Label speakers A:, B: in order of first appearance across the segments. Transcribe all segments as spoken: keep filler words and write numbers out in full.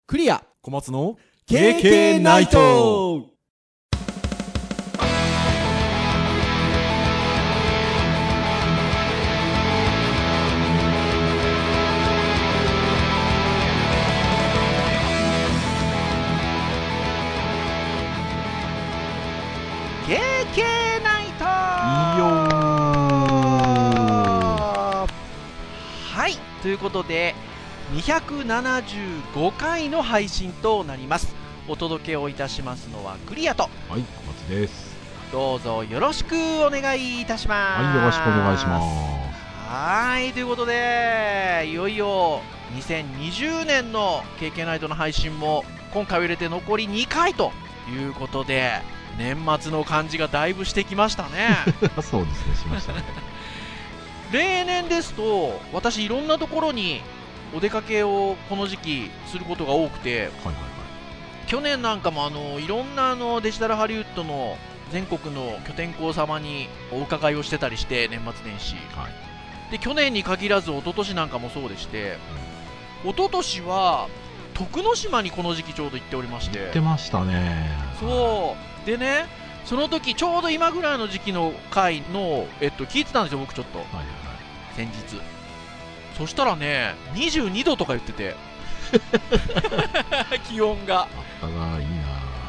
A: クリア
B: 小松の
A: ケーケー ナイト。
C: ケーケー ナイト。
B: いいよー。
C: はい、ということでにひゃくななじゅうごかいの配信となります。お届けをいたしますのはクリアと、
B: はい、小松です。
C: どうぞよろしくお願いいたします。
B: はい、よろしくお願いします。
C: はい、ということでいよいよにせんにじゅうねんの ケーケー ナイトの配信も今回を入れて残りにかいということで、年末の感じがだいぶしてきましたね。
B: そうですね、しましたね。
C: 例年ですと私いろんなところにお出かけをこの時期することが多くて、
B: はいはいはい。
C: 去年なんかもあのいろんなあのデジタルハリウッドの全国の拠点校様にお伺いをしてたりして、年末年始、
B: はい、
C: で去年に限らず一昨年なんかもそうでして、うん、一昨年は徳之島にこの時期ちょうど行っておりまして。
B: 行ってましたね。
C: そうでね、その時ちょうど今ぐらいの時期の回の、えっと、聞いてたんですよ僕ちょっと、はいはい、先日。そしたらねにじゅうにどとか言ってて気温が
B: あったがいいな。ね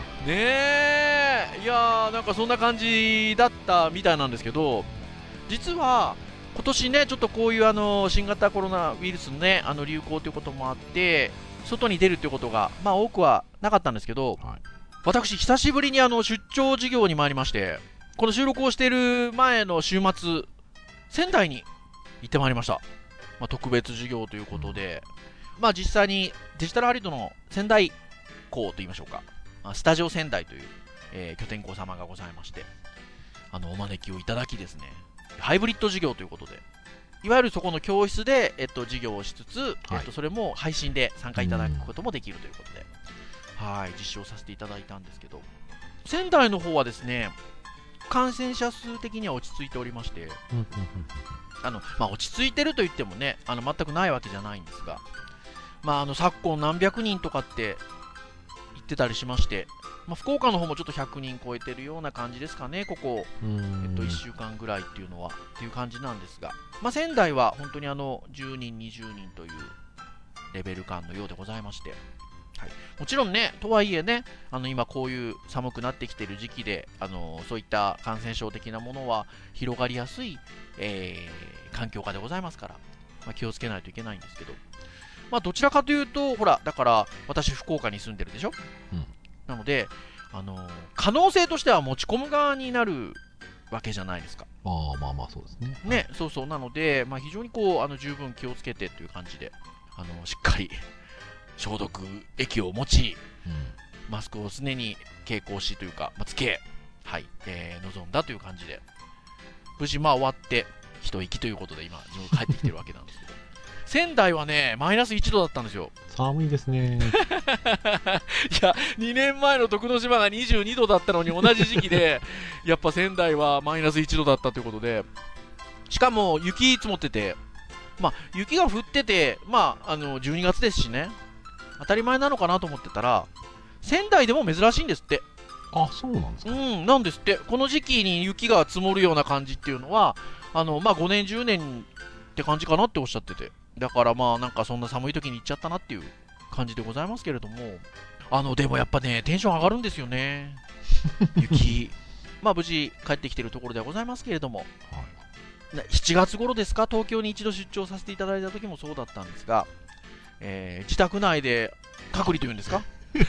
C: え、いやーなんかそんな感じだったみたいなんですけど、実は今年ねちょっとこういうあの新型コロナウイルスのねあの流行ということもあって外に出るということがまあ多くはなかったんですけど、はい、私久しぶりにあの出張授業に参りまして、この収録をしている前の週末仙台に行ってまいりました。まあ、特別授業ということで、うん、まあ実際にデジタルハリウッドの仙台校といいましょうか、スタジオ仙台という、えー、拠点校様がございまして、あのお招きをいただきですね、ハイブリッド授業ということで、いわゆるそこの教室で、えっと、授業をしつつ、はい、えっと、それも配信で参加いただくこともできるということで、うん、はい実証させていただいたんですけど、仙台の方はですね感染者数的には落ち着いておりまして、あのまあ、落ち着いてると言ってもねあの全くないわけじゃないんですが、まあ、あの昨今何百人とかって言ってたりしまして、まあ、福岡の方もちょっとひゃくにん超えてるような感じですかね、ここ、えっと、いっしゅうかんぐらいっていうのはっていう感じなんですが、まあ、仙台は本当にあのじゅうにんにじゅうにんというレベル感のようでございまして、はい、もちろんねとはいえねあの今こういう寒くなってきている時期であのそういった感染症的なものは広がりやすい、えー、環境下でございますから、まあ、気をつけないといけないんですけど、まあ、どちらかというとほらだから私福岡に住んでるでしょ、うん、なのであの可能性としては持ち込む側になるわけじゃないですか。
B: あまあまあそうですね。
C: ね、はい、そうそうなので、まあ、非常にこうあの十分気をつけてという感じであのしっかり消毒液を持ち、うん、マスクを常に携行しというか、まあ、つけ、はいえー、臨んだという感じで無事まあ終わって一息ということで今自分帰ってきてるわけなんですけど仙台はねマイナスいちどだったんですよ。
B: 寒いですね。
C: いやにねんまえの徳之島がにじゅうにどだったのに同じ時期でやっぱ仙台はマイナスいちどだったということで、しかも雪積もってて、まあ雪が降ってて、まああのじゅうにがつですしね当たり前なのかなと思ってたら仙台でも珍しいんですって。
B: あ、そうなんですか。
C: うんなんですって。この時期に雪が積もるような感じっていうのはあの、まあ、ごねんじゅうねんって感じかなっておっしゃってて、だからまあなんかそんな寒い時に行っちゃったなっていう感じでございますけれども、あのでもやっぱねテンション上がるんですよね雪まあ無事帰ってきてるところではございますけれども、はい、しちがつ頃ですか東京に一度出張させていただいた時もそうだったんですが、えー、自宅内で隔離というんですか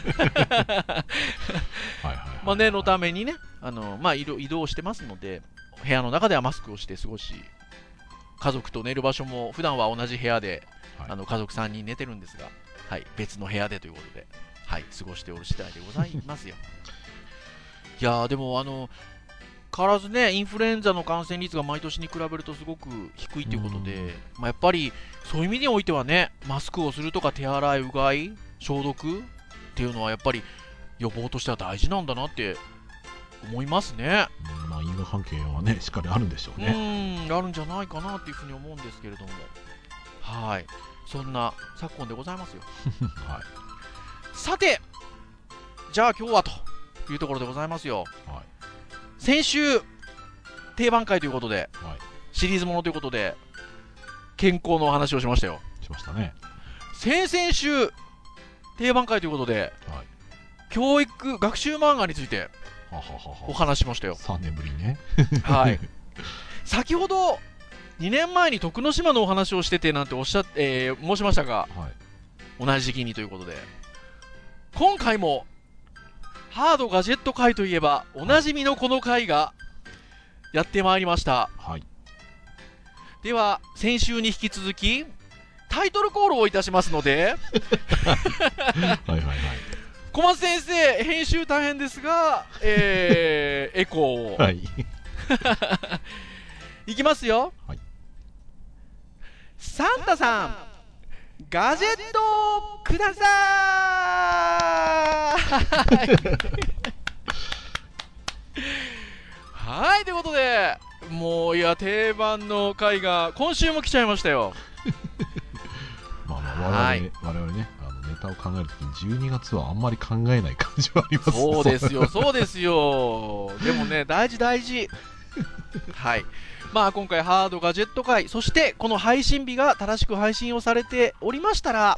C: まあ念のためにねあの、まあ、移動、移動してますので部屋の中ではマスクをして過ごし、家族と寝る場所も普段は同じ部屋で、はい、あの家族さんにん寝てるんですが、はい、別の部屋でということで、はい、過ごしておる次第でございますよいやーでもあの変わらずねインフルエンザの感染率が毎年に比べるとすごく低いということで、まあ、やっぱりそういう意味においてはねマスクをするとか手洗いうがい消毒っていうのはやっぱり予防としては大事なんだなって思いますね。
B: うん、まあ因果関係はねしっかりあるんでしょうね。
C: うんあるんじゃないかなっていうふうに思うんですけれども、はいそんな昨今でございますよ
B: はい
C: さてじゃあ今日はというところでございますよ、はい、先週定番会ということで、はい、シリーズものということで健康のお話をしましたよ。
B: しましたね。
C: 先々週定番会ということで、はい、教育学習漫画についてお話しましたよ。
B: さんねんぶりにね
C: はい先ほどにねんまえに徳之島のお話をしててなんておっしゃ、えー、申しましたが、はい、同じ時期にということで今回もハードガジェット会といえばおなじみのこの会がやってまいりました、はい、では先週に引き続きタイトルコールをいたしますのではいはいはい、小松先生編集大変ですが、えー、エコーを、はい、いきますよ、はい、サンタさんガジェットをくださーいはいということでもういや定番の回が今週も来ちゃいましたよ
B: まあまあ我々、はい、我々ねあのネタを考えるときにじゅうにがつはあんまり考えない感じはありますね。
C: そうですよそうですよでもね大事大事はいまあ今回ハードガジェット会そしてこの配信日が正しく配信をされておりましたら、はい、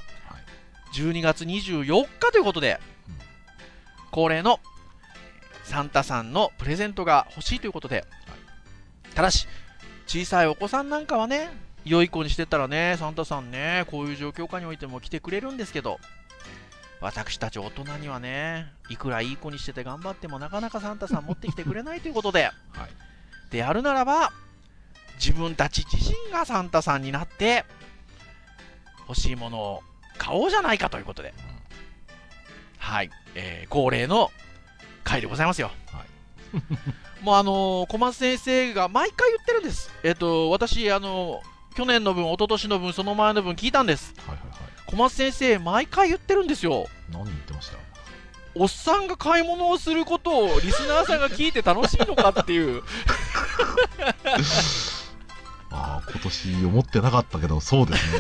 C: じゅうにがつにじゅうよっかということで、うん、恒例のサンタさんのプレゼントが欲しいということで、はい、ただし小さいお子さんなんかはね良い子にしてったらねサンタさんねこういう状況下においても来てくれるんですけど私たち大人にはねいくらいい子にしてて頑張ってもなかなかサンタさん持ってきてくれないということで、はい、でやるならば自分たち自身がサンタさんになって欲しいものを買おうじゃないかということで、うん、はい、えー、恒例の回でございますよ、はい、もうあのー、小松先生が毎回言ってるんです。えっ、ー、と私あのー、去年の分一昨年の分その前の分聞いたんです、はいはいはい、小松先生毎回言ってるんですよ。
B: 何言ってました？
C: おっさんが買い物をすることをリスナーさんが聞いて楽しいのかっていう
B: ああ今年思ってなかったけどそうですね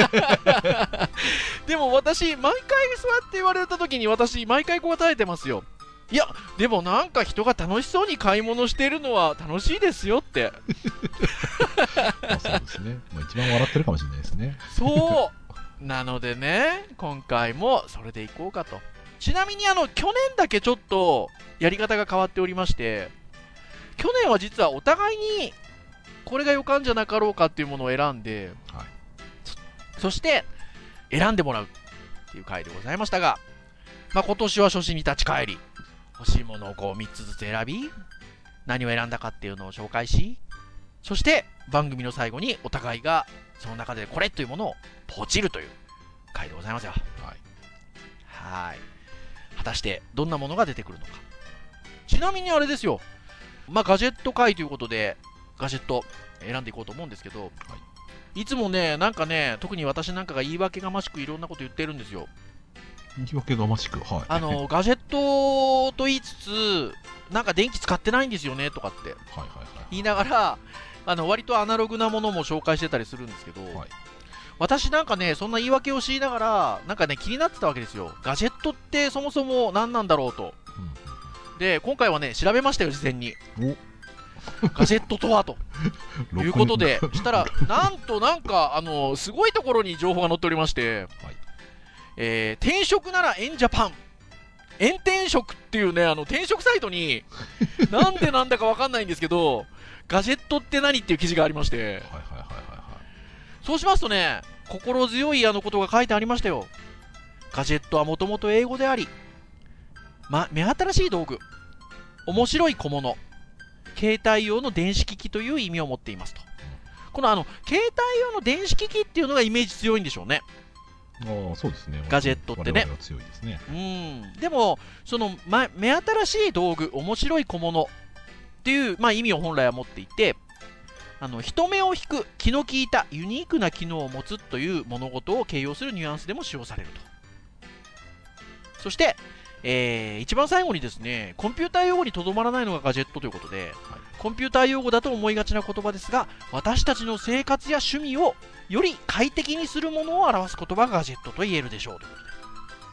C: でも私毎回そうやって言われた時に私毎回答えてますよ。いやでもなんか人が楽しそうに買い物しているのは楽しいですよって
B: まあそうですね、まあ、一番笑ってるかもしれないですね。
C: そうなのでね今回もそれでいこうかと。ちなみにあの去年だけちょっとやり方が変わっておりまして去年は実はお互いにこれが予感じゃなかろうかっていうものを選んで、はい、そ, そして選んでもらうっていう回でございましたが、まあ、今年は初心に立ち返り欲しいものをこうみっつずつ選び何を選んだかっていうのを紹介しそして番組の最後にお互いがその中でこれというものをポチるという回でございますよ。はいはい果たしてどんなものが出てくるのか。ちなみにあれですよ、まあ、ガジェット回ということでガジェット選んでいこうと思うんですけど、はい、いつもねなんかね特に私なんかが言い訳がましくいろんなこと言ってるんですよ。
B: 言い訳がましく、はい、
C: あのガジェットと言いつつなんか電気使ってないんですよねとかって言いながらあの割とアナログなものも紹介してたりするんですけど、はい、私なんかねそんな言い訳をしながらなんかね気になってたわけですよ。ガジェットってそもそも何なんだろうと、うん、で今回はね調べましたよ事前にガジェットとはということでしたらなんとなんかあのすごいところに情報が載っておりまして、はいえー、転職ならエンジャパンエン転職っていうねあの転職サイトになんでなんだか分かんないんですけどガジェットって何っていう記事がありまして、はいはいはいはい、そうしますとね心強いあのことが書いてありましたよ。ガジェットはもともと英語であり、ま、目新しい道具面白い小物携帯用の電子機器という意味を持っていますと。このあの携帯用の電子機器っていうのがイメージ強いんでしょうね。
B: ああそうですね。
C: ガジェットってね。
B: 強いですね。
C: うん。でもその、ま、目新しい道具、面白い小物っていう、まあ、意味を本来は持っていて、あの人目を引く気の利いたユニークな機能を持つという物事を形容するニュアンスでも使用されると。そして、えー、一番最後にですね、コンピューター用語にとどまらないのがガジェットということで、はい、コンピューター用語だと思いがちな言葉ですが、私たちの生活や趣味をより快適にするものを表す言葉がガジェットと言えるでしょうということで、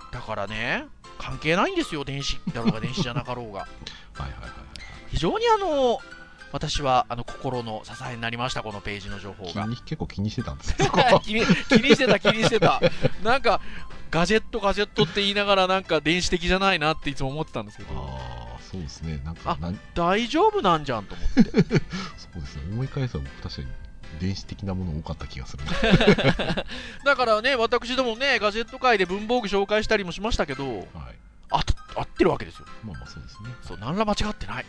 C: だからね、関係ないんですよ、電子だろうが電子じゃなかろうが。
B: はいはいはいはい。
C: 非常にあの私はあの心の支えになりました、このページの情報が。
B: 気に結構気にしてたんですよ。
C: 気に気にしてた気にしてたなんかガジェットガジェットって言いながらなんか電子的じゃないなっていつも思ってたんですけど、
B: ああ、そうですね。なんかなん
C: 大丈夫なんじゃんと思って
B: そうですね。思い返せば確かに電子的なもの多かった気がする。
C: だからね、私どもね、ガジェット界で文房具紹介したりもしましたけど、
B: はい。
C: あ合ってるわけですよ。
B: まあまあそうですね。
C: そう、何ら間違ってない。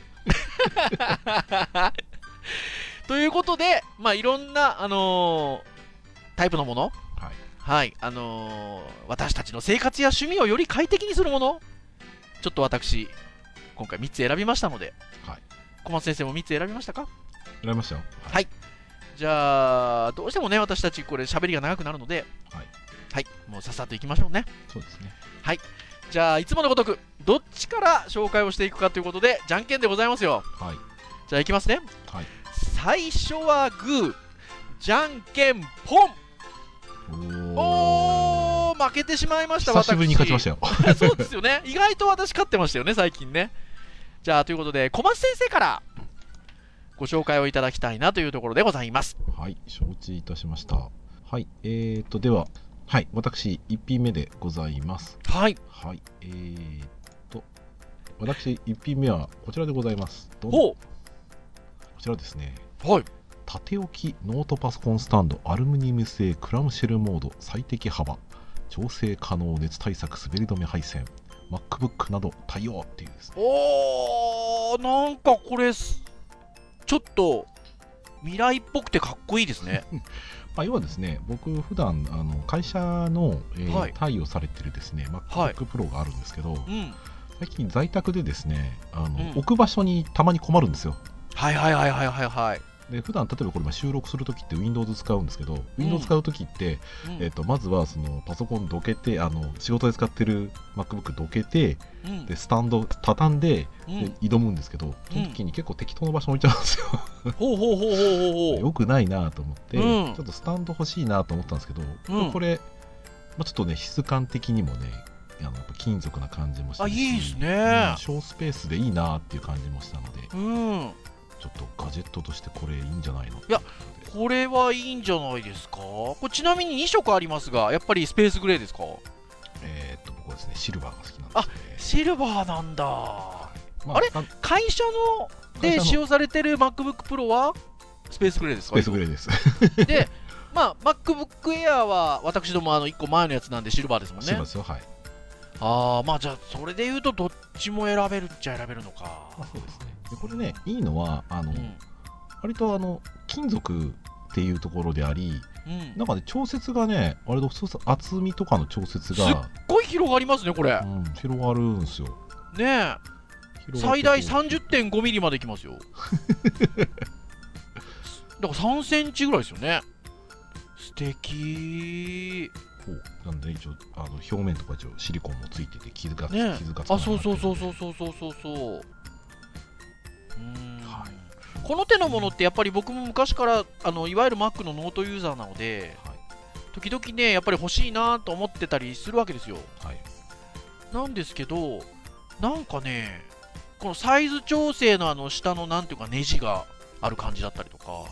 C: ということで、まあ、いろんな、あのータイプのもの、
B: はい。
C: はい、あのー私たちの生活や趣味をより快適にするもの、ちょっと私、今回みっつ選びましたので、
B: はい。
C: 小松先生もみっつ選びましたか？
B: 選びましたよ。
C: はい。じゃあ、どうしてもね、私たち、これ、喋りが長くなるので、
B: はい。
C: はい、もうさっさといきましょうね。
B: そうですね。
C: じゃあ、いつものごとく、どっちから紹介をしていくかということで、じゃんけんでございますよ。
B: はい。
C: じゃあ、いきますね。
B: はい。
C: 最初はグー、じゃんけんポン。
B: お
C: おー、負けてしまいました。
B: 久しぶりに勝ちました
C: た
B: よ。
C: そうですよね。意外と私勝ってましたよね、最近ね。じゃあ、ということで、小松先生からご紹介をいただきたいなというところでございます。
B: はい、承知いたしました。はい、えーと、では、はい、私、いち品目でございます。
C: はい。
B: はい、えーと、私、いち品目はこちらでございます。どうぞ。
C: ほ
B: こちらですね。
C: う。はい。
B: 縦置きノートパソコンスタンドアルミニウム製クラムシェルモード最適幅調整可能熱対策滑り止め配線 MacBook など対応っていうですね。
C: おー、なんかこれ、ちょっと未来っぽくてかっこいいですね。
B: まあ、要はですね、僕普段あの会社の、えー
C: はい、
B: 貸与されてるですね MacBook Pro があるんですけど、
C: うん、
B: 最近在宅でですねあの、
C: うん、
B: 置く場所にたまに困るんですよ。
C: はいはいはいはいはいはい。
B: で普段例えばこれまあ収録するときって Windows 使うんですけど、うん、Windows 使うときって、うんえー、とまずはそのパソコンどけてあの仕事で使ってる MacBook どけて、うん、でスタンド畳んで、うん、で挑むんですけど、その時に結構適当な場所に置いちゃうんですよ。
C: ほうほうほうほうほうほう。
B: よくないなと思って、
C: うん、
B: ちょっとスタンド欲しいなと思ったんですけど、うん、これ、まあ、ちょっとね質感的にもねあのやっぱ金属な感じもして
C: あいいですね、
B: うん、小スペースでいいなっていう感じもしたので、
C: うん
B: ちょっとガジェットとしてこれいいんじゃないの。い
C: やこれはいいんじゃないですか。これちなみにに色ありますが、やっぱりスペースグレーですか？
B: えー、っと僕はですねシルバーが好きなんですね。
C: あシルバーなんだ、まあ、あれ
B: あ
C: 会社ので使用されてる MacBook Pro はスペースグレーですか？
B: スペースグレーです
C: で、まあ MacBook Air は私どもあのいっこまえのやつなんでシルバーですもんね。
B: シルバーですよ、はい。
C: ああまあじゃあそれでいうとどっちも選べるっちゃ選べるのか。
B: あそうですね。でこれねいいのはあの、うん、割とあの金属っていうところであり、うん、なんかね調節がね割と厚みとかの調節が
C: すっごい広がりますねこれ、うん、
B: 広がるんですよ
C: ねえ。最大 さんじゅってんごミリ までいきますよ。だからさんセンチぐらいですよね。素敵。
B: なんで一応あの表面とか一応シリコンもついてて傷が、
C: ね、
B: 傷がつ
C: かない。あそうそうそうそうそうそうそうそう。うん、はい、この手のものってやっぱり僕も昔からあのいわゆる Mac のノートユーザーなので、はい、時々ねやっぱり欲しいなと思ってたりするわけですよ、はい、なんですけどなんかねこのサイズ調整のあの下のなんていうかネジがある感じだったりとか、はい、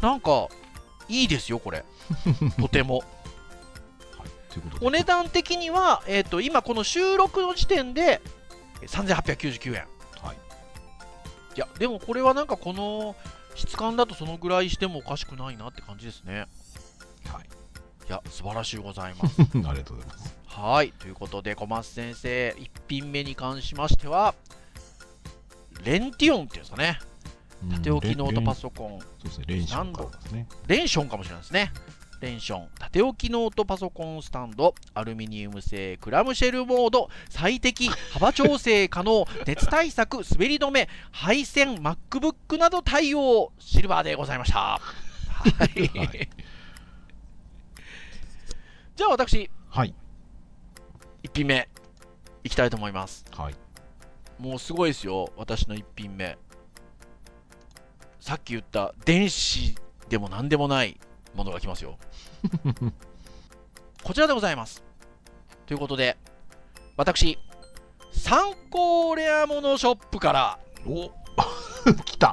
C: なんかいいですよこれとてもお値段的には、えー、と今この収録の時点でさんぜんはっぴゃくきゅうじゅうきゅうえん、はい、いやでもこれはなんかこの質感だとそのぐらいしてもおかしくないなって感じですね。はい、いや素晴らしいございます
B: ありがとうございます。
C: はいということで小松先生いち品目に関しましてはレンティオンっていうんですかね、縦置きノートパソコン、
B: そうですね、レンションかもですね。
C: レンションかもしれないですね。レンション縦置きノートパソコンスタンドアルミニウム製クラムシェルモード最適幅調整可能熱対策滑り止め配線 MacBook など対応シルバーでございました。はい、はい、じゃあ私、はい、いち品目いきたいと思います、はい、もうすごいですよ私のいち品目。さっき言った電子でも何でもないものが来ますよこちらでございます。 ということで私参考レアモノショップから
B: お来た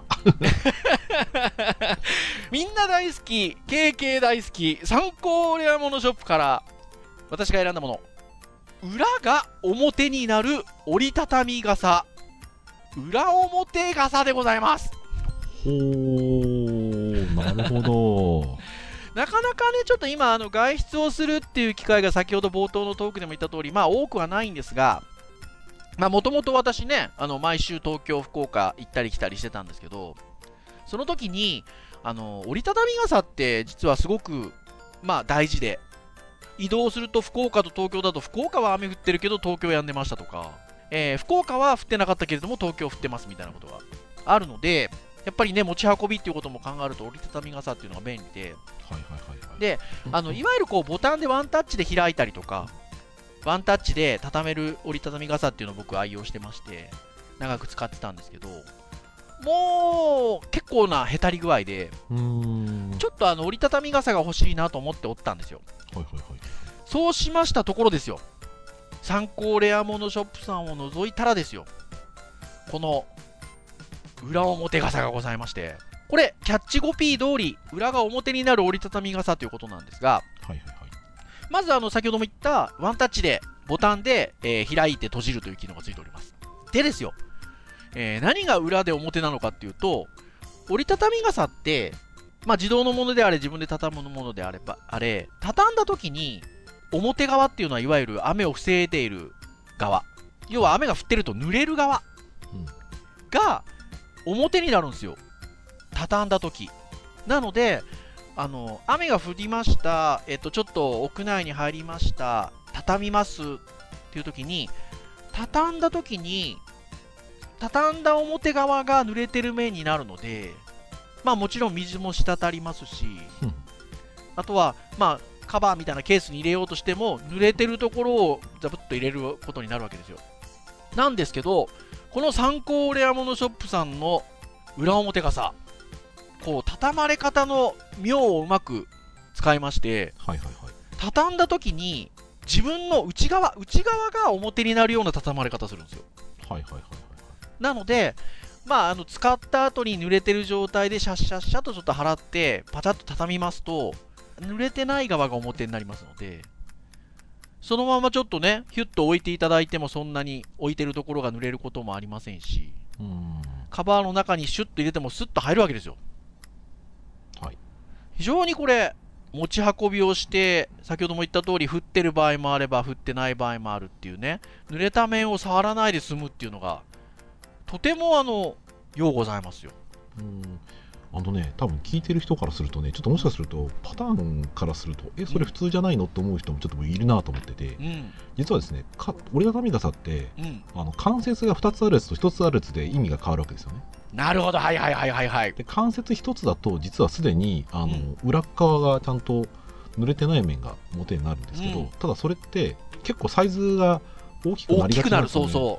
C: みんな大好き ケーケー 大好き参考レアモノショップから私が選んだもの、裏が表になる折りたたみ傘、裏表傘でございます。
B: ほー、なるほど
C: なかなかねちょっと今あの外出をするっていう機会が先ほど冒頭のトークでも言った通りまあ多くはないんですが、まあもともと私ねあの毎週東京福岡行ったり来たりしてたんですけど、その時にあの折りたたみ傘って実はすごくまあ大事で、移動すると福岡と東京だと福岡は雨降ってるけど東京止んでましたとか、えー、福岡は降ってなかったけれども東京降ってますみたいなことがあるので、やっぱりね持ち運びっていうことも考えると折りたたみ傘っていうのが便利で、
B: はいはいはいはい、
C: であのいわゆるこうボタンでワンタッチで開いたりとかワンタッチで畳める折りたたみ傘っていうのを僕愛用してまして長く使ってたんですけど、もう結構なへたり具合で
B: うーん、
C: ちょっとあの折りたたみ傘が欲しいなと思っておったんですよ。
B: はいはいはい、
C: そうしましたところですよ、参考レアモノショップさんを除いたらですよ、この裏表傘がございまして、これキャッチコピー通り裏が表になる折りたたみ傘ということなんですが、
B: はいはいはい、
C: まずあの先ほども言ったワンタッチでボタンで、えー開いて閉じるという機能がついております。でですよ、えー何が裏で表なのかっていうと、折りたたみ傘って、まあ、自動のものであれ自分で畳むものであればあれ、畳んだ時に表側っていうのはいわゆる雨を防いでいる側、要は雨が降ってると濡れる側が表になるんですよ、畳んだ時なので、あの雨が降りました、えっと、ちょっと屋内に入りました、畳みますっていう時に、畳んだ時に畳んだ表側が濡れてる面になるので、まあもちろん水も滴りますし、あとはまあカバーみたいなケースに入れようとしても濡れてるところをザブッと入れることになるわけですよ。なんですけど、この参考レアモノショップさんの裏表傘、こう畳まれ方の妙をうまく使いまして、
B: はいはいはい、
C: 畳んだ時に自分の内側内側が表になるような畳まれ方するんですよ。
B: はいはいはいはい、
C: なので、まあ、あの使った後に濡れてる状態でシャッシャッシャッとちょっと払ってパチャッと畳みますと、濡れてない側が表になりますので、そのままちょっとねヒュッと置いていただいてもそんなに置いてるところが濡れることもありませんし、
B: うーん、
C: カバーの中にシュッと入れてもスッと入るわけですよ。
B: はい、
C: 非常にこれ持ち運びをして、先ほども言った通り降ってる場合もあれば降ってない場合もあるっていうね、濡れた面を触らないで済むっていうのがとてもあのようございますよ。
B: うーん、あのね、多分聞いてる人からするとね、ちょっともしかするとパターンからするとえそれ普通じゃないのって思う人もちょっといるなと思ってて、
C: うん、
B: 実はですね、か折りたたみ傘って、
C: うん、
B: あの関節がふたつあるやつとひとつあるやつで意味が変わるわけですよね。
C: なるほど、はいはいはいはいはい。
B: で関節ひとつだと実はすでにあの、
C: うん、
B: 裏側がちゃんと濡れてない面が表になるんですけど、うん、ただそれって結構サイズが大きくなりがちなんですよね。大きくなる、そうそう。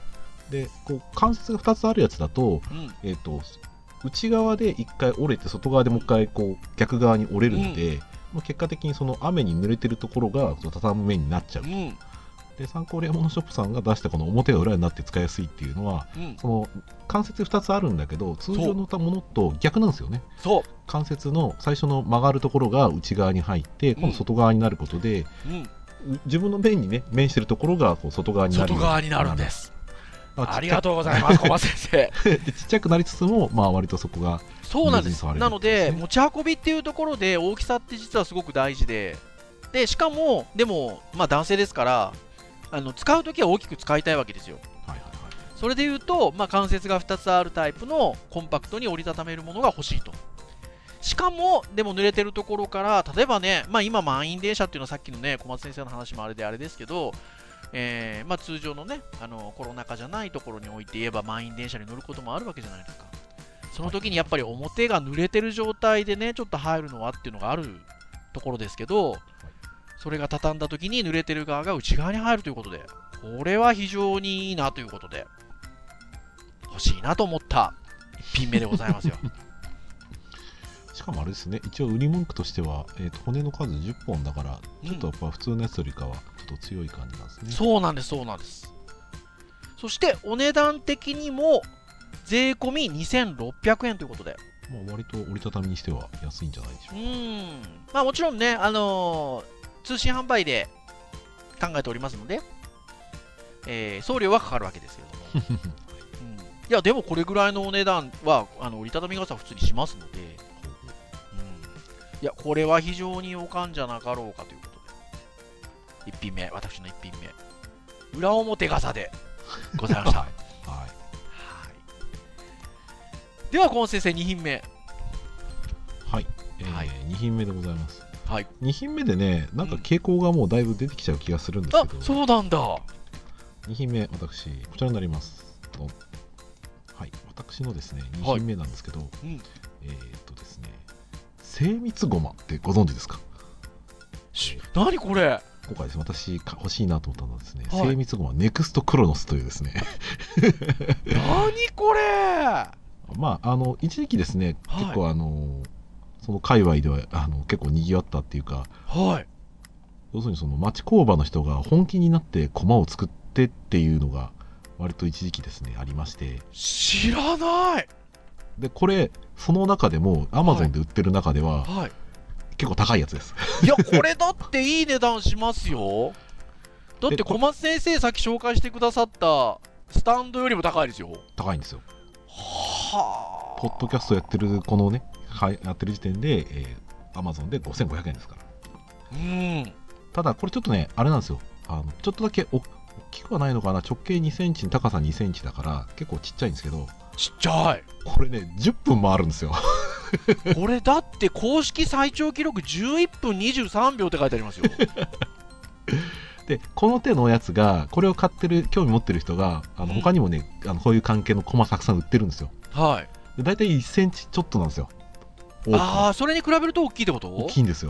B: でこう関節がふたつあるやつだと、うん、えーと内側でいっかい折れて外側でもういっかいこう逆側に折れるので、うん、まあ、結果的にその雨に濡れてるところがその畳む面になっちゃう、うん、で参考レアモノショップさんが出したこの表が裏になって使いやすいっていうのは、うん、その関節ふたつあるんだけど通常のものと逆なんですよね。そう、関節の最初の曲がるところが内側に入って今度外側になることで、うんうん、自分の面にね面してるところがこう外側になる
C: 外側になるんです。ありがとうございます小松先生
B: でちっちゃくなりつつも、まあ、割とそこが
C: そうなんです。なので持ち運びっていうところで大きさって実はすごく大事で、でしかもでも、まあ、男性ですからあの使うときは大きく使いたいわけですよ。はいはいはい、それでいうと、まあ、関節がふたつあるタイプのコンパクトに折りたためるものが欲しいと。しかもでも濡れてるところから例えばね、まあ、今満員電車っていうのはさっきのね小松先生の話もあれであれですけど、えーまあ、通常のねあのコロナ禍じゃないところにおいて言えば満員電車に乗ることもあるわけじゃないですか。その時にやっぱり表が濡れてる状態でねちょっと入るのはっていうのがあるところですけど、それが畳んだ時に濡れてる側が内側に入るということで、これは非常にいいなということで欲しいなと思った一品目でございますよ
B: しかもあれですね、一応売り文句としては、えー、と骨の数じゅっぽんだからちょっとやっぱ普通のやつよりかはちょっと強い感じなんですね、
C: うん、そうなんですそうなんです。そしてお値段的にも税込みにせんろっぴゃくえんということで、
B: まあ、割と折りたたみにしては安いんじゃないでしょうか。
C: うん、まあもちろんね、あのー、通信販売で考えておりますので、えー、送料はかかるわけですけれども、うん、いやでもこれぐらいのお値段はあの折りたたみ傘普通にしますので、うん、いやこれは非常におかんじゃなかろうかということで、いっぴんめ、私のいっぴんめ、裏表傘でございましたはい、はい、ではコン先生に品目。
B: はい、えーはい、に品目でございます。
C: はい、
B: に品目でね、なんか傾向がもうだいぶ出てきちゃう気がするんですけど、
C: うん、あ、そうなんだ。
B: に品目、私こちらになります。はい、私のですねに品目なんですけど、はい、うん、えー、っとですね精密ごまってご存知ですか？
C: し、何これ？
B: 今回ですね、私欲しいなと思ったのはですね、はい、精密ごまネクストクロノスというですね
C: 何これ？
B: まああの一時期ですね、はい、結構あのその界隈ではあの結構にぎわったっていうか、
C: はい、
B: 要するにその町工場の人が本気になって駒を作ってっていうのが割と一時期ですねありまして。
C: 知らない。
B: でこれその中でもアマゾンで売ってる中では、はいはい、結構高いやつです
C: いやこれだっていい値段しますよ。だって小松先生さっき紹介してくださったスタンドよりも高いですよ。
B: 高いんですよ。
C: はあ。
B: ポッドキャストやってるこのねやってる時点で、えー、アマゾンでごせんごひゃくえんですから。
C: うん。
B: ただこれちょっとねあれなんですよ、あのちょっとだけ大きくはないのかな、直径にセンチ高さにセンチだから結構ちっちゃいんですけど、
C: ちっちゃい。
B: これねじゅっぷんもあるんですよ
C: これだって公式最長記録じゅういっぷんにじゅうさんびょうって書いてありますよ
B: でこの手のやつがこれを買ってる興味持ってる人があの他にもね、うん、あのこういう関係のコマたくさん売ってるんですよ。
C: はい。
B: でだいたいいっセンチちょっとなんですよ。
C: ああ、それに比べると大きいってこと？
B: 大きいんですよ。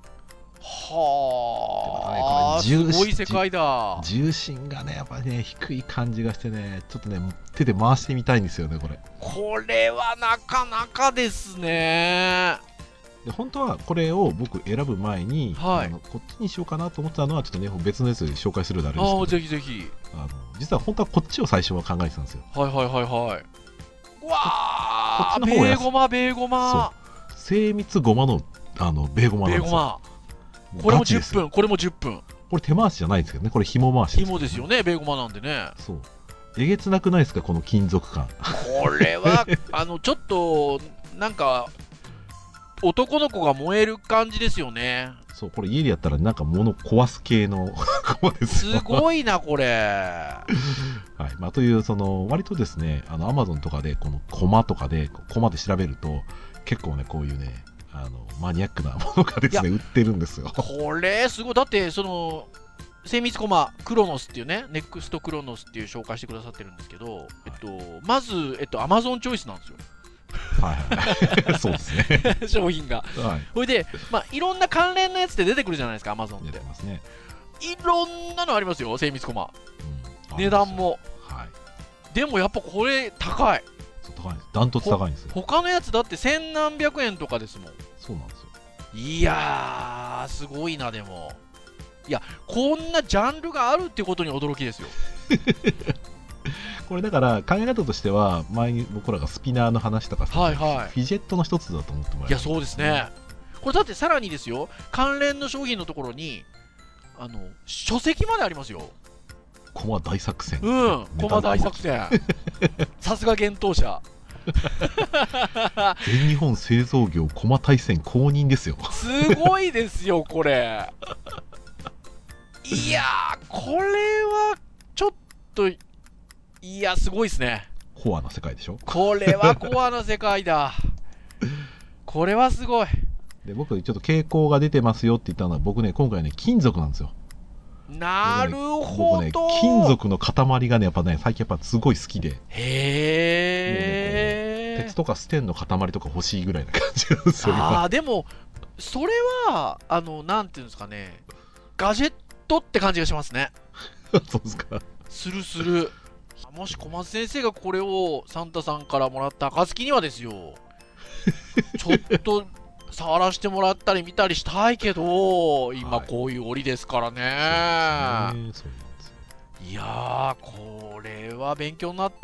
C: はあ、すごい世界だ。
B: 重心がねやっぱりね低い感じがしてね、ちょっとね手で回してみたいんですよねこれ。
C: これはなかなかですね。
B: で本当はこれを僕選ぶ前に、
C: はい、
B: あのこっちにしようかなと思ってたのはちょっとね別のやつで紹介するのであれですけど、
C: あぜひぜひ。
B: あの実は本当はこっちを最初は考えてたんですよ。
C: はいはいはいはい。うわあ、ベーゴマベーゴマ。
B: 精密ごまのあのベーゴマなんですよ。
C: これもじゅっぷん、これもじゅっぷん。
B: これ手回しじゃないですけどね、これ紐回し
C: です、ね、紐ですよね、ベーゴマなんでね。
B: そう。えげつなくないですかこの金属感。
C: これはあのちょっとなんか男の子が燃える感じですよね。
B: そう、これ家でやったらなんか物壊す系の駒ですよ。
C: すごいなこれ。
B: はい、まあ、というその割とですね、あの Amazon とかでこの駒とかで駒で調べると結構ねこういうねあのマニアックなものがですね売ってるんですよ。
C: これすごい。だってその精密コマクロノスっていうね、ネクストクロノスっていう紹介してくださってるんですけど、はい、えっとまずえっと Amazon チョイスなんですよ。
B: はいはいそうですね
C: 商品が。
B: はい。
C: それでまあいろんな関連のやつで出てくるじゃないですか Amazon って。
B: 出てますね。
C: いろんなのありますよ精密コマ。
B: うん、
C: 値段も。
B: はい。
C: でもやっぱこれ高い。
B: 高い。ダントツ高いんですよ。
C: 他のやつだって千何百円とかですもん。
B: そうなんですよ。
C: いやーすごいな。でもいやこんなジャンルがあるってことに驚きですよ
B: これだから考え方としては前に僕らがスピナーの話とかさ、
C: はいはい、
B: フィジェットの一つだと思ってもらえる。
C: いやそうですね。これだってさらにですよ、関連の商品のところにあの書籍までありますよ。
B: コマ大作戦。
C: うんコマ大作戦さすが幻冬舎
B: 全日本製造業コマ大戦公認ですよ。
C: すごいですよこれ。いやーこれはちょっといやすごいですね。
B: コアな世界でしょ。
C: これはコアな世界だこれはすごい。
B: で僕ちょっと傾向が出てますよって言ったのは僕ね今回ね金属なんですよ。
C: なるほど、ね、
B: 金属の塊がねやっぱね最近やっぱすごい好きで、
C: へえ、
B: ね、鉄とかステンの塊とか欲しいぐらいな感じなんですよ。
C: ああでもそれはあのなんていうんですかね、ガジェットって感じがしますね
B: そうですか。
C: するする。もし小松先生がこれをサンタさんからもらった暁にはですよちょっと触らせてもらったり見たりしたいけど、今こういう折ですからね。
B: はい、そうですね。そうなんですよ。
C: いやー、これは勉強になった。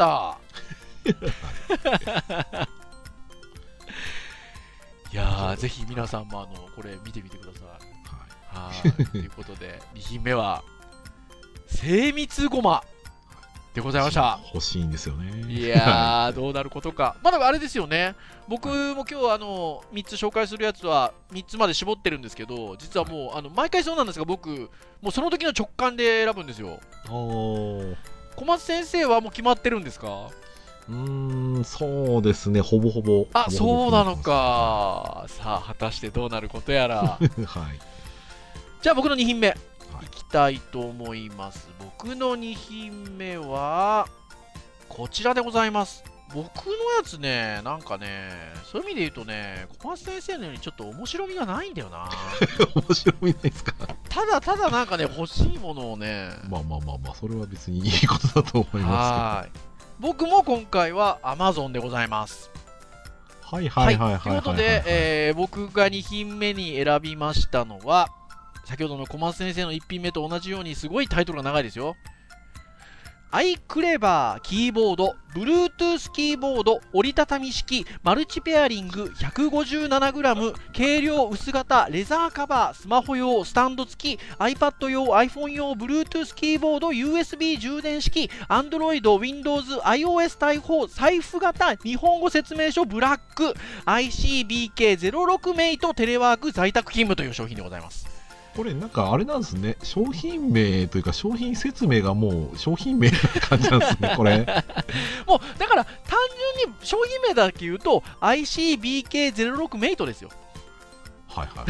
C: いやー、ぜひ皆さんもあのこれ見てみてください。はい。はいということで、にひんめは精密ごまでございました。
B: 欲しいんですよね。
C: いやー、どうなることか。まだあれですよね。僕も今日あのみっつ紹介するやつはみっつまで絞ってるんですけど、実はもうあの毎回そうなんですが、僕もうその時の直感で選ぶんですよ。
B: おー。
C: 小松先生はもう決まってるんですか？
B: うーん、そうですね、ほぼほぼ。
C: あ、
B: ほぼほぼ
C: そうなのか。さあ、果たしてどうなることやら。
B: はい。
C: じゃあ僕のにひんめ、
B: はい
C: いきたいと思います。僕のにひんめはこちらでございます。僕のやつね、なんかね、そういう意味で言うとね、小松先生のようにちょっと面白みがないんだよな。
B: 面白みないですか？
C: ただただなんかね、欲しいものをね。
B: まあまあまあまあ、それは別にいいことだと思いま
C: はい。僕も今回は Amazon でございます。
B: すけど。はいはいはいはいはい。
C: ということで、えー僕がにひんめに選びましたのは、先ほどの小松先生のいっぴんめと同じようにすごいタイトルが長いですよ。iClever キーボード Bluetooth キーボード折りたたみ式マルチペアリング ひゃくごじゅうななグラム 軽量薄型レザーカバースマホ用スタンド付き iPad 用 iPhone 用 Bluetooth キーボード ユーエスビー 充電式 Android Windows iOS 対応財布型日本語説明書ブラック アイシービーケーゼロろく メイトテレワーク在宅勤務という商品でございます。
B: これなんかあれなんですね、商品名というか商品説明がもう商品名な感じなんですね、これ。
C: もうだから単純に商品名だけ言うと アイシービーケーゼロろく メイトですよ。
B: はいはい。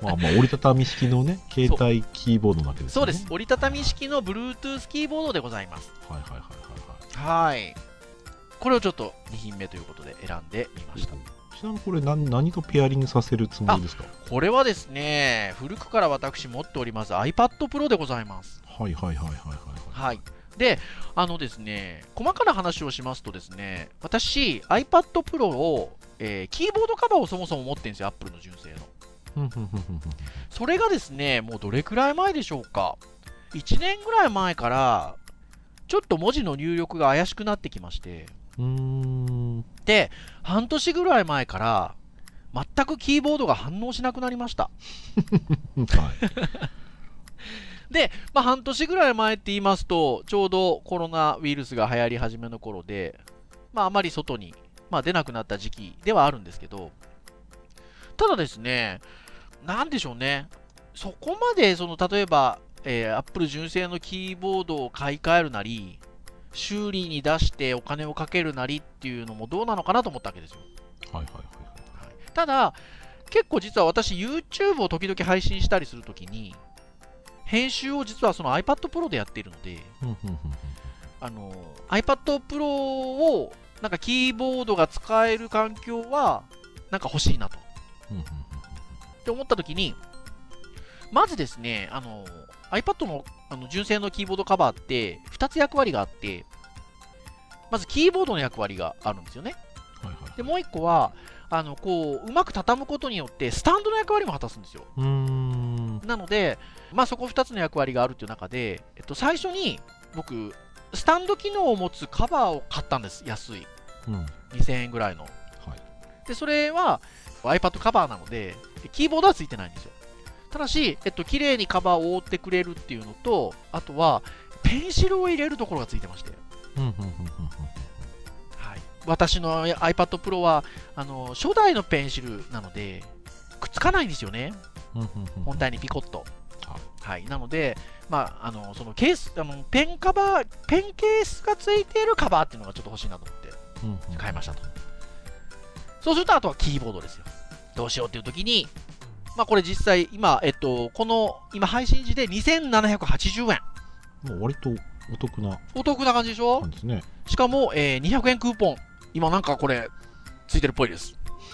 B: まあまあ折りたたみ式のね、携帯キーボードなわけですね。
C: そうです。折りたたみ式の Bluetooth キーボードでございます。
B: はいはいはいはい
C: はい。はい。これをちょっとにひんめということで選んでみました。
B: ちなみにこれ 何, 何とペアリングさせるつもりですか？
C: これはですね、古くから私持っております iPad Pro でございます。
B: はいはいはいはいはい。
C: はい。で、あのですね、細かな話をしますとですね、私 iPad Pro を、えー、キーボードカバーをそもそも持ってるんですよ、Apple の純正の。それがですね、もうどれくらい前でしょうか。いちねんぐらい前からちょっと文字の入力が怪しくなってきまして、
B: うーん
C: で半年ぐらい前から全くキーボードが反応しなくなりました。
B: はい、
C: で、まあ、半年ぐらい前って言いますとちょうどコロナウイルスが流行り始めの頃で、まあ、あまり外に、まあ、出なくなった時期ではあるんですけど、ただですね、なんでしょうね、そこまでその例えば、えー、Apple 純正のキーボードを買い替えるなり修理に出してお金をかけるなりっていうのもどうなのかなと思ったわけですよ。
B: はいはいはい、
C: ただ結構実は私 YouTube を時々配信したりするときに編集を実はその iPad Pro でやっているので、あの iPad Pro をなんかキーボードが使える環境はなんか欲しいなとって思ったときに、まずですね、あの iPad の, あの純正のキーボードカバーってふたつ役割があって、まずキーボードの役割があるんですよね。
B: はいはい、
C: でもういっこはあのこううまく畳むことによってスタンドの役割も果たすんですよ。
B: うーん
C: なので、まあ、そこふたつの役割があるという中で、えっと、最初に僕スタンド機能を持つカバーを買ったんです。安い、うん、にせんえんぐらいの、はい、でそれは iPad カバーなのでキーボードはついてないんですよ。ただし、えっと、綺麗にカバーを覆ってくれるっていうのと、あとはペンシルを入れるところがついてまして、はい、私の iPad Pro はあの初代のペンシルなのでくっつかないんですよね、本体にピコッと。はい、なので、まあ、あのそのケースあのペンカバーペンケースがついているカバーっていうのがちょっと欲しいなと思って買いましたと。そうするとあとはキーボードですよ。どうしようっていう時に、まあ、これ実際今、えっと、この今配信時でにせんななひゃくはちじゅうえん、
B: もう割とお得な
C: お得な感じでしょ。
B: ですね。
C: しかも、えー、にひゃくえんクーポン今なんかこれついてるっぽいです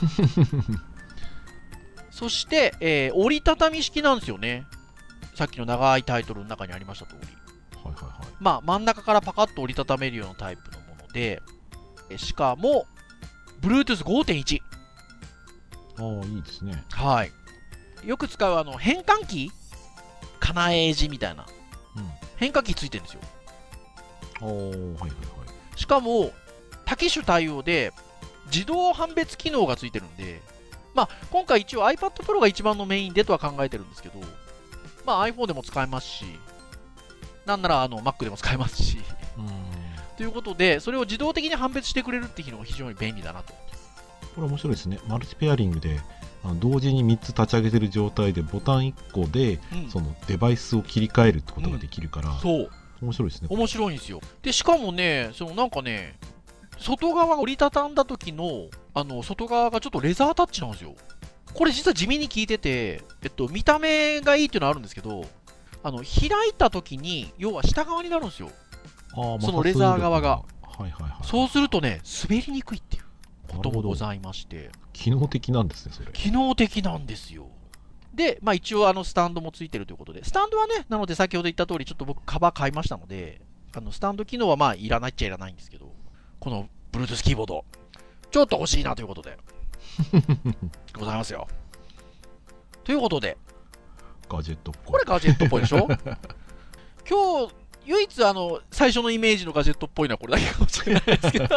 C: そして、えー、折りたたみ式なんですよね。さっきの長いタイトルの中にありました通り、はいはいはい、まあ真ん中からパカッと折りたためるようなタイプのもので、しかもブルートゥースごてんいち。
B: ああ、いいですね。
C: はい。よく使うあの変換器、カナエージみたいな、
B: うん、
C: 変換器ついてるんですよ。
B: おー、はいはいはい。
C: しかも多機種対応で自動判別機能がついてるんで、まあ今回一応 iPad Pro が一番のメインでとは考えてるんですけど、まあ iPhone でも使えますし、なんならあの Mac でも使えますしということで、それを自動的に判別してくれるっていうのが非常に便利だなと。
B: これ面白いですね。マルチペアリングであの同時にみっつ立ち上げてる状態でボタンいっこで、うん、そのデバイスを切り替えるってことができるから、うん、
C: そう
B: 面白いですね。
C: 面白いんですよ。でしかもね、そのなんかね、外側折りたたんだ時のあの外側がちょっとレザータッチなんですよ。これ実は地味に効いてて、えっと、見た目がいいっていうのはあるんですけど、あの開いた時に要は下側になるんですよ。あ、そのレザー側が、
B: はいはいはい、
C: そうするとね、滑りにくいっていうこともございまして、
B: 機能的なんですね、それ。
C: 機能的なんですよ。で、まあ、一応あのスタンドもついてるということで、スタンドはね、なので先ほど言った通り、ちょっと僕カバー買いましたので、あのスタンド機能はまあいらないっちゃいらないんですけど、この Bluetooth キーボードちょっと欲しいなということでございますよ。ということで、
B: ガジェットっぽい。
C: これガジェットっぽいでしょ今日唯一あの最初のイメージのガジェットっぽいのはこれだけかもしれないですけど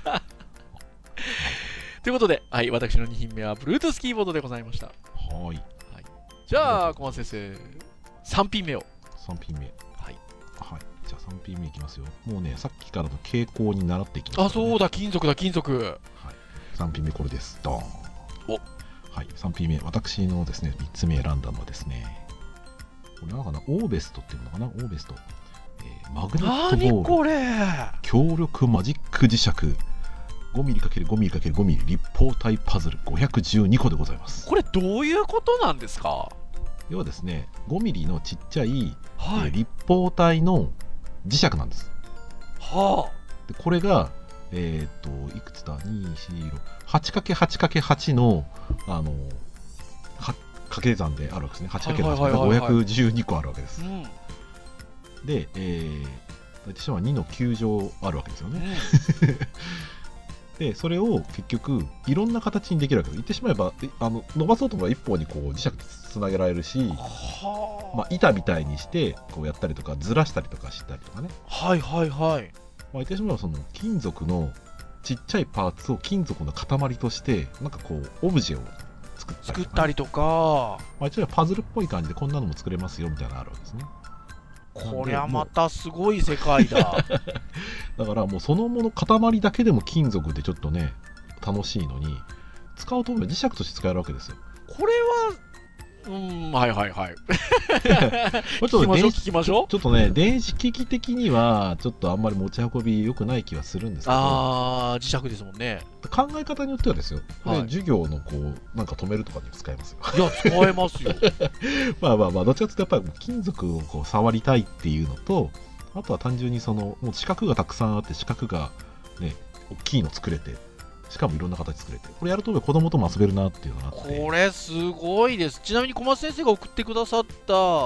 C: ということで、はい、私のに品目は Bluetooth キーボードでございました。
B: はい、はい、
C: じゃあ小松先生、さん品目を。
B: さん品目、
C: はい、
B: はい、じゃあさん品目いきますよ。もうね、さっきからの傾向に習っていきます、ね、
C: あ、そうだ、金属だ金属。はい、
B: さん品目これです。ドーン。
C: お、
B: はい、さん品目、私のですねみっつめ選んだのはですね、これなのかな、オーベストっていうのかな、オーベスト、えー、マグネットボール、
C: 何これ、
B: 強力マジック磁石 ごミリかけるごミリかけるごミリ 立方体パズルごひゃくじゅうにこでございます。
C: これどういうことなんですか？
B: 要はですね、ごミリのちっちゃい、
C: はい、
B: えー、立方体の磁石なんです。
C: はあ、
B: でこれがえっ、ー、といくつだ に、よん、はちかけるはちかけるはち のあのは掛け算であるわけですね。 はちかけるはち がごひゃくじゅうにこあるわけです、うん、で、えー、大体はにのきゅう乗あるわけですよね、うんでそれを結局いろんな形にできるわけです。言ってしまえばあの伸ばそうと思えば一方にこう磁石つなげられるし、まあ、板みたいにしてこうやったりとかずらしたりとかしたりとかね。
C: はいはいはい。
B: まあ、言ってしまえばその金属のちっちゃいパーツを金属の塊としてなんかこうオブジェを作ったりとか、ね、
C: 作ったりとか、
B: まあ、一応パズルっぽい感じでこんなのも作れますよみたいなのあるわけですね。
C: こりゃまたすごい世界だ
B: だからもうそのもの塊だけでも金属でちょっとね楽しいのに、使うと磁石として使えるわけですよ。
C: これはうーん、はいはいはい
B: 聞きましょう
C: 聞きましょう。
B: ちょっとね、電子機器的にはちょっとあんまり持ち運び良くない気はするんですけど、
C: あー、磁石ですもんね。
B: 考え方によってはですよ、これ、
C: はい、
B: 授業のこうなんか止めるとかに使えますよ。
C: いや、使えますよ
B: まあまあまあ、どっちかというとやっぱり金属をこう触りたいっていうのと、あとは単純にそのもう四角がたくさんあって四角がね大きいの作れて、しかもいろんな形作れて、これやると子供とも遊べるなっていうのがあって、
C: これすごいです。ちなみに小松先生が送ってくださった、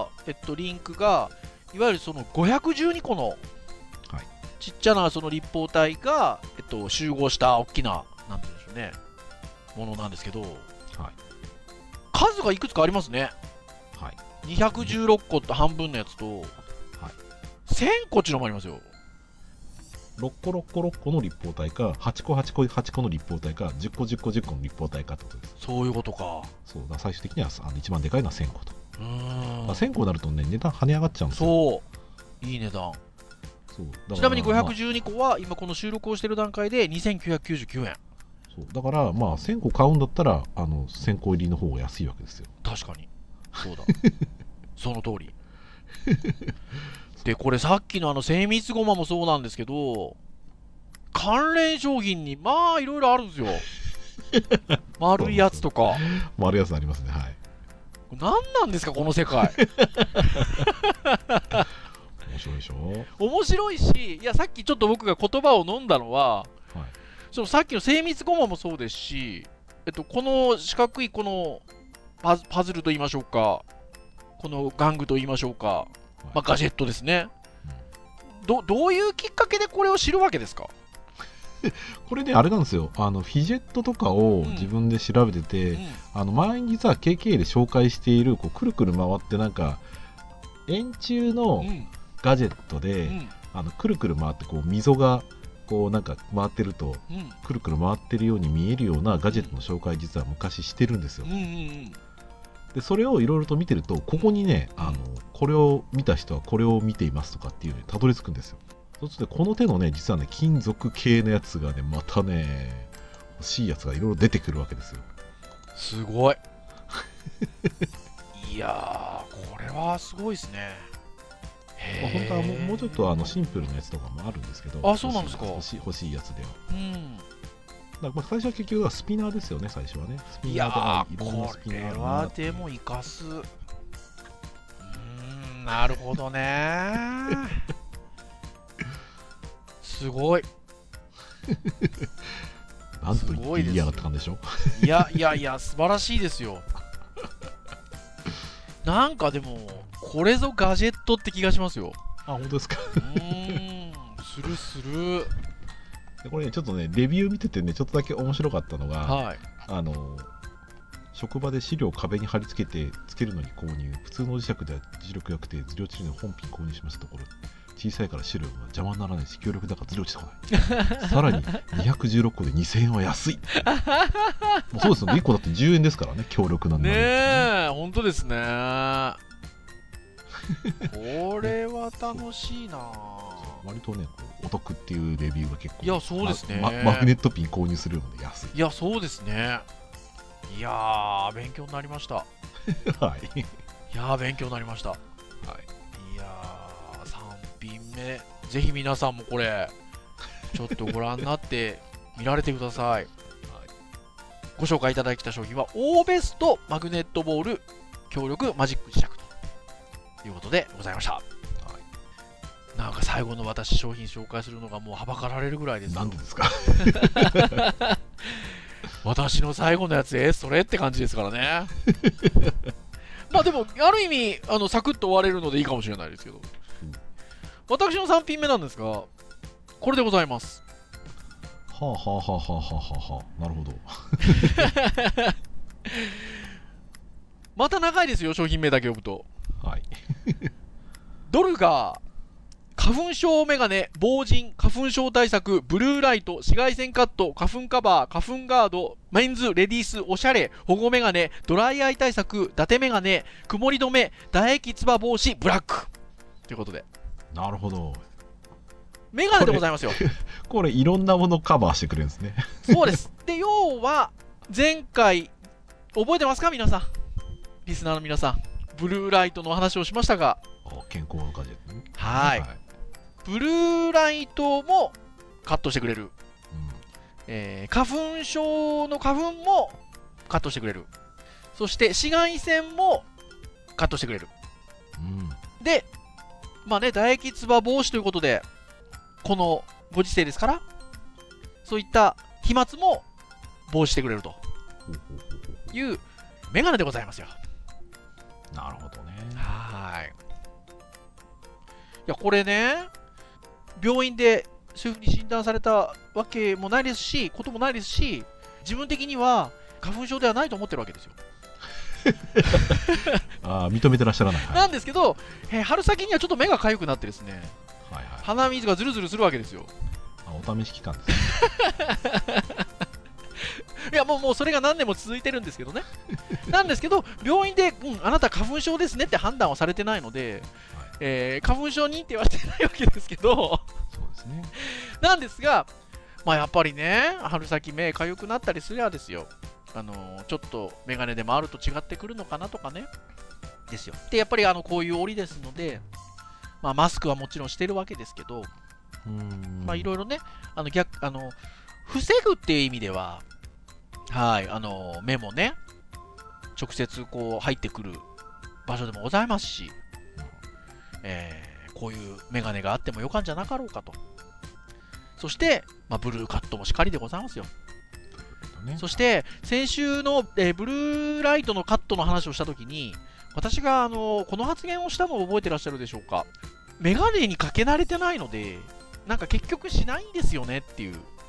C: えっと、リンクがいわゆるそのごひゃくじゅうにこのちっちゃなその立方体が、えっと、集合した大きななんて言うんでしょうね、ものなんですけど、はい、数がいくつかありますね、はい、にひゃくじゅうろっこって半分のやつと、はい、せんこっちのもありますよ。
B: ろっころっころっこの立方体か、はちこはちこはちこの立方体か、じゅっこじゅっこじゅっこの立方体かってことです。
C: そういうことか。そう
B: だ、最終的にはあの一番でかいのはせんこと。うーん、せんこになるとね、値段跳ね上がっちゃうんですよ。
C: そう、いい値段。そうちなみにごひゃくじゅうにこは今この収録をしている段階でにせんきゅうひゃくきゅうじゅうきゅうえん。
B: そうだからまあせんこ買うんだったらあのせんこ入りの方が安いわけですよ。
C: 確かにそうだその通りで、これさっきのあの精密ゴマもそうなんですけど、関連商品にまあいろいろあるんですよ丸いやつとか
B: 丸いやつありますね。はい、
C: 何なんですかこの世界
B: 面白いでしょ。
C: 面白いし、いやさっきちょっと僕が言葉を飲んだのは、はい、そのさっきの精密ゴマもそうですし、えっと、この四角いこの パ, パズルと言いましょうか、この玩具と言いましょうか、はい、まあ、ガジェットですね、うん、ど, どういうきっかけでこれを知るわけですか
B: これねあれなんですよ、あのフィジェットとかを自分で調べてて、うん、あの前に実は ケーケー で紹介しているこうくるくる回ってなんか円柱のガジェットで、うん、あのくるくる回ってこう溝がこうなんか回ってると、うん、くるくる回ってるように見えるようなガジェットの紹介実は昔してるんですよ、うんうんうん、でそれをいろいろと見てるとここにね、あのこれを見た人はこれを見ていますとかっていうのにたどり着くんですよ。そうするとこの手のね実はね金属系のやつがねまたね欲しいやつがいろいろ出てくるわけですよ。
C: すごいいやーこれはすごいですね。
B: まあ、本当はもう、もうちょっとあのシンプルなやつとかもあるんですけど、
C: あ、そうなんですか。
B: 欲しい、欲しいやつでは、うん、だからまあ最初は結局はスピナーですよね。最初はねスピナーでいろんなスピナー
C: これはでも生かす。うーんなるほどねすごい
B: なんと言って言いやがったんでしょ
C: いやいやいや素晴らしいですよなんかでもこれぞガジェットって気がしますよ。
B: あ、本当ですか。
C: うーんするする。
B: これねちょっとねレビュー見ててねちょっとだけ面白かったのが、はい、あの職場で資料を壁に貼り付けてつけるのに購入、普通の磁石では磁力良くて図量値の本品購入しましたところ、小さいから資料が邪魔にならないし強力だから図量値とかないさらににひゃくじゅうろっこでにせんえんは安いもうそうですよね。いっこだってじゅうえんですからね、強力なんで、
C: ねえ本当ですねこれは楽しいな。
B: 割とねお得っていうレビューが結構、
C: いやそうですね、
B: ま、マグネットピン購入するので安い。
C: いやそうですね。いやー勉強になりました
B: はいい
C: やー勉強になりました。はい。いやーさん品目ぜひ皆さんもこれちょっとご覧になって見られてください、はい、ご紹介いただきた商品はオーベストマグネットボール強力マジック磁石ということでございました。はい、なんか最後の私商品紹介するのがもうはばかられるぐらいですよ。
B: なんでですか
C: 私の最後のやつえそれって感じですからねまあでもある意味あのサクッと終われるのでいいかもしれないですけど、うん、私のさん品目なんですがこれでございます。
B: はあはあはあはあはあはあ、なるほど
C: また長いですよ商品名だけ呼ぶと。
B: はい
C: ドルガー花粉症メガネ、防塵、花粉症対策、ブルーライト、紫外線カット、花粉カバー、花粉ガード、メンズ、レディース、おしゃれ、保護メガネ、ドライアイ対策、伊達メガネ、曇り止め、唾液つば防止、ブラックということで。
B: なるほど。
C: メガネでございますよ。
B: これ、これいろんなものカバーしてくれるんですね。
C: そうです。で、要は、前回、覚えてますか皆さん。リスナーの皆さん。ブルーライトの話をしましたが。
B: 健康のガジェットね。
C: はい。はいブルーライトもカットしてくれる、うんえー、花粉症の花粉もカットしてくれる、そして紫外線もカットしてくれる、うん、でまあね唾液つば防止ということでこのご時世ですからそういった飛沫も防止してくれるというメガネでございますよ。
B: なるほどね。
C: はいいやこれね病院でそういうふうに診断されたわけもないですしこともないですし自分的には花粉症ではないと思ってるわけですよ
B: あ認めてらっしゃらない、はい、
C: なんですけど、えー、春先にはちょっと目が痒くなってですね、
B: はいはい、
C: 鼻水がズルズルするわけですよ。
B: あお試し期間ですね
C: いやもう、もうそれが何年も続いてるんですけどねなんですけど病院で、うん、あなた花粉症ですねって判断はされてないので、はいえー、花粉症認定はしてないわけですけど
B: そうですね。
C: なんですが、まあ、やっぱりね春先目かゆくなったりすりゃですよ、あのー、ちょっとメガネでもあると違ってくるのかなとかねですよ。でやっぱりあのこういう折ですので、まあ、マスクはもちろんしてるわけですけどうーんまあいろいろねあの逆あの防ぐっていう意味でははいあの目もね直接こう入ってくる場所でもございますしえー、こういうメガネがあってもよかんじゃなかろうかと。そして、まあ、ブルーカットもしかりでございますよ、ね、そして先週の、えー、ブルーライトのカットの話をしたときに私が、あのー、この発言をしたのを覚えてらっしゃるでしょうか。メガネにかけ慣れてないのでなんか結局しないんですよねっていう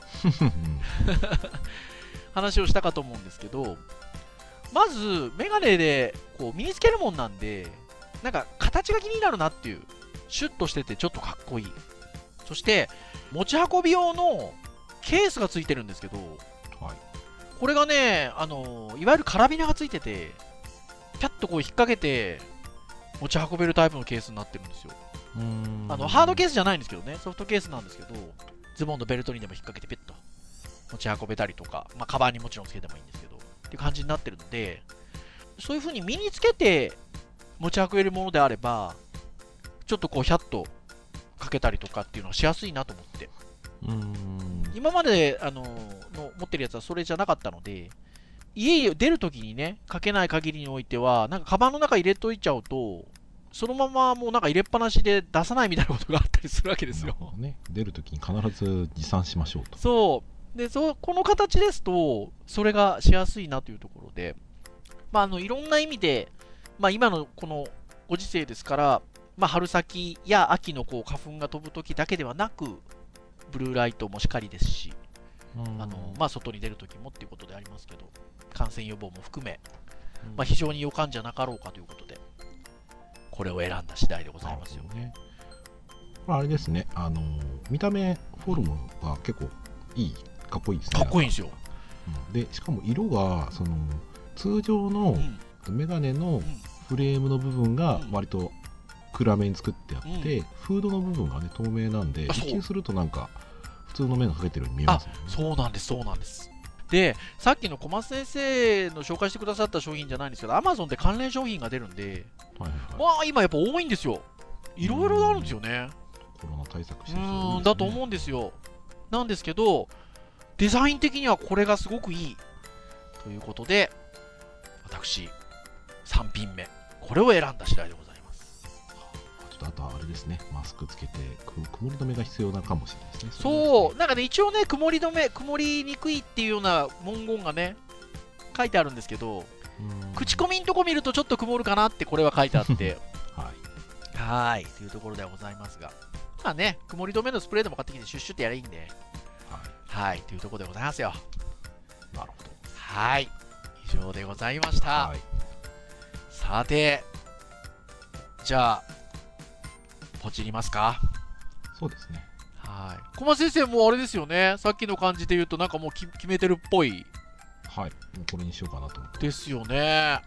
C: 話をしたかと思うんですけど、まずメガネでこう身につけるもんなんで、なんか形が気になるなっていう、シュッとしててちょっとかっこいい。そして持ち運び用のケースがついてるんですけど、
B: はい、
C: これがね、あのいわゆるカラビナがついてて、ピャッとこう引っ掛けて持ち運べるタイプのケースになってるんですよ。
B: うーん
C: あのハードケースじゃないんですけどね、ソフトケースなんですけど、ズボンのベルトにでも引っ掛けてピュッと持ち運べたりとか、まあ、カバンにもちろんつけてもいいんですけどっていう感じになってるので、そういう風に身につけて持ち運べるものであれば、ちょっとこうヒャッとかけたりとかっていうのはしやすいなと思って、
B: うーん
C: 今まであのの持ってるやつはそれじゃなかったので、家出るときにね、かけない限りにおいては、なんかカバンの中入れといちゃうと、そのままもうなんか入れっぱなしで出さないみたいなことがあったりするわけですよ。
B: ね、出るときに必ず持参しましょうと。
C: そうで、そこの形ですとそれがしやすいなというところで、まあ、あのいろんな意味で、まあ、今のこのご時世ですから、まあ、春先や秋のこう花粉が飛ぶときだけではなく、ブルーライトもしっかりですし、あのまあ、外に出るときもっていうことでありますけど、感染予防も含め、まあ、非常に予感じゃなかろうかということで、これを選んだ次第でございますよね。
B: まあ、あれですね、あの見た目フォルムが結構いい、かっこいいですね。
C: かっこいいんですよ。
B: うん、でしかも色がその通常のメガネのフレームの部分が割と暗めに作ってあって、うん、フードの部分がね透明なんで、一見するとなんか普通の目がかけてるように見えますよね。
C: あ、そうなんです、そうなんです。で、さっきの小松先生の紹介してくださった商品じゃないんですけど、Amazon で関連商品が出るんで、はいはい、まあ今やっぱ多いんですよ。いろいろあるんですよね。
B: コロナ対策してる人多いです
C: ね。うんだと思うんですよ。なんですけど、デザイン的にはこれがすごくいいということで、私さん品目これを選んだ次第でございます。
B: ちょっとあとはあれですね、マスクつけて曇り止めが必要なかもしれないですね。
C: そう、なんかね、一応ね、曇り止め、曇りにくいっていうような文言がね書いてあるんですけど、口コミんとこ見るとちょっと曇るかなってこれは書いてあってはいはいというところではございますが、まあね、曇り止めのスプレーでも買ってきてシュッシュってやればいいんで、はい、はいというところでございますよ。
B: なるほど。
C: はい、以上でございました。はい、さて、じゃあポチりますか。
B: そうですね。
C: はい。小松先生もあれですよね。さっきの感じで言うとなんかもうき決めてるっぽい。
B: はい。もうこれにしようかなと思って。
C: ですよね。
B: はい。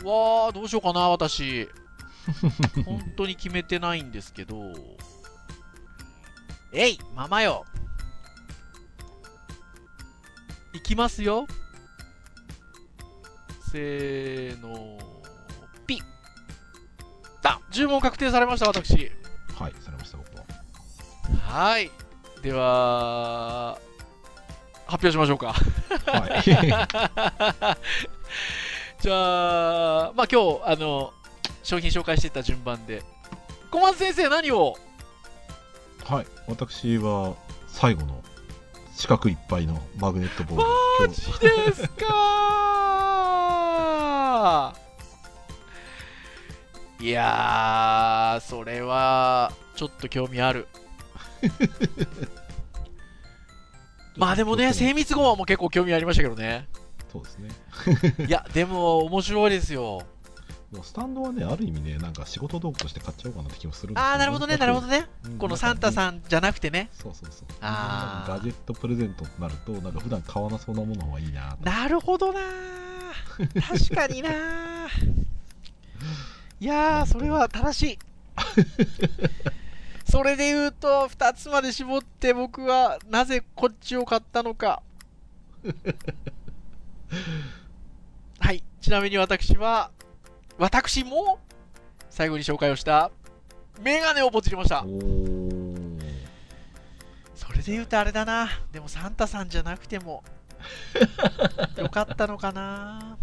C: わあ、どうしようかな私。本当に決めてないんですけど。えい、ママよ。いきますよ。せーの。ピッ。あ、注文確定されました私。
B: はい、されました僕は。
C: はい、では発表しましょうか。はい。じゃあ、まあ今日あの商品紹介していった順番で、小松先生何を？
B: はい、私は最後の四角いっぱいのマグネットボール。
C: マジですか？いやー、それはちょっと興味ある。まあでもね、精密語はもう結構興味ありましたけどね。
B: そうですね。
C: いやでも面白いですよ。
B: スタンドはね、ある意味ね、なんか仕事道具として買っちゃおうかなって気もするんですよ、
C: ね。ああ、なるほどね、なるほどね。このサンタさんじゃなくてね。
B: そうそうそう。あガジェットプレゼントとなると、なんか普段買わなそうなものの方がいいな。
C: なるほどな。確かにな。いやー、それは正しい。それで言うとふたつまで絞って僕はなぜこっちを買ったのか。はい、ちなみに私は私も最後に紹介をしたメガネをポチりました。それで言うとあれだな、でもサンタさんじゃなくてもよかったのかな。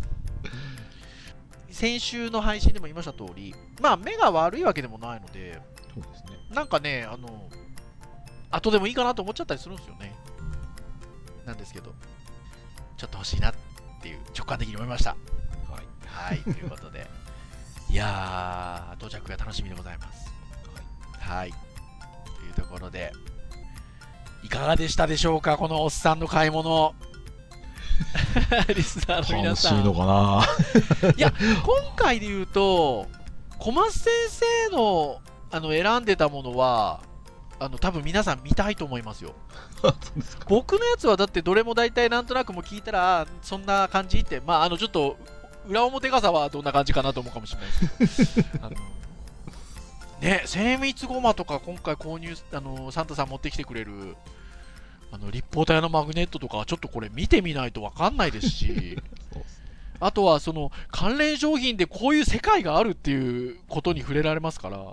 C: 先週の配信でも言いました通り、まあ目が悪いわけでもないので、
B: そうですね、
C: なんかね、あの後でもいいかなと思っちゃったりするんですよね。なんですけど、ちょっと欲しいなっていう直感的に思いました。はい、はい、ということで、いやー、到着が楽しみでございます。はい、はい、というところで、 いかがでしたでしょうか、このおっさんの買い物。リスナーの皆
B: 楽し
C: さん。
B: いのかな。
C: いや、今回で言うと、小松先生のあの選んでたものは、あの多分皆さん見たいと思いますよ。
B: そうですか。
C: 僕のやつはだってどれも大体なんとなくもう聞いたらそんな感じって、まああのちょっと裏表傘はどんな感じかなと思うかもしれないですけどあのね、精密ゴマとか今回購入、あのサンタさん持ってきてくれるあの立方体のマグネットとかはちょっとこれ見てみないと分かんないですし
B: そうっす
C: あとはその関連商品でこういう世界があるっていうことに触れられますから、
B: はい、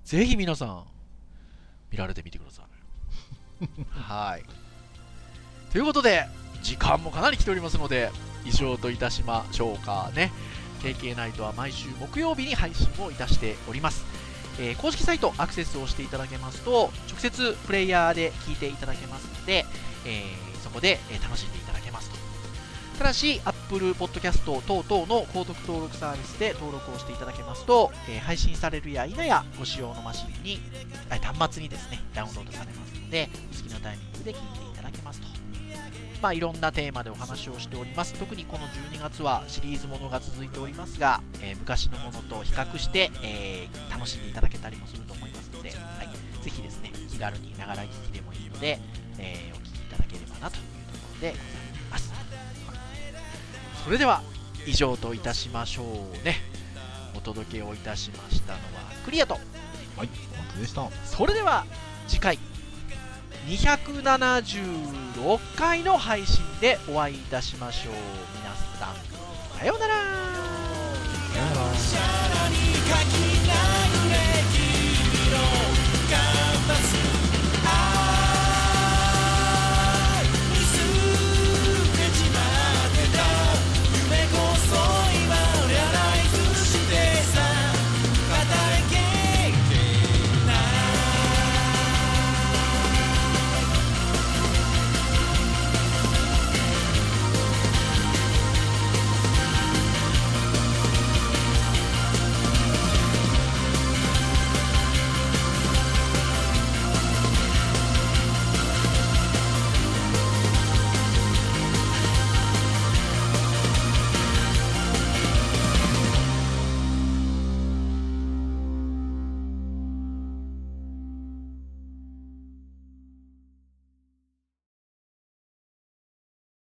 C: ぜひ皆さん見られてみてください。はい。ということで時間もかなり来ておりますので以上といたしましょうかね。 ケーケー ナイトは毎週木曜日に配信をいたしております。えー公式サイトアクセスをしていただけますと直接プレイヤーで聞いていただけますので、えーそこで、えー楽しんでいただけますと。ただし Apple Podcast 等々の購読登録サービスで登録をしていただけますと、えー配信されるや否やご使用のマシンに、えー端末にですねダウンロードされますのでお好きなタイミングで聞いていただけますと。まあいろんなテーマでお話をしております。特にこのじゅうにがつはシリーズものが続いておりますが、えー昔のものと比較して、えー楽しんでいただけたりもすると思いますので、はい、ぜひですね気軽にながら聞きでもいいので、えーお聞きいただければなというところでございます。それでは以上といたしましょうね。お届けをいたしましたのはクリアと、
B: はい、本当でした。
C: それでは次回にひゃくななじゅうろっかいの配信でお会いいたしましょう。皆さんさようなら。
B: さよなら。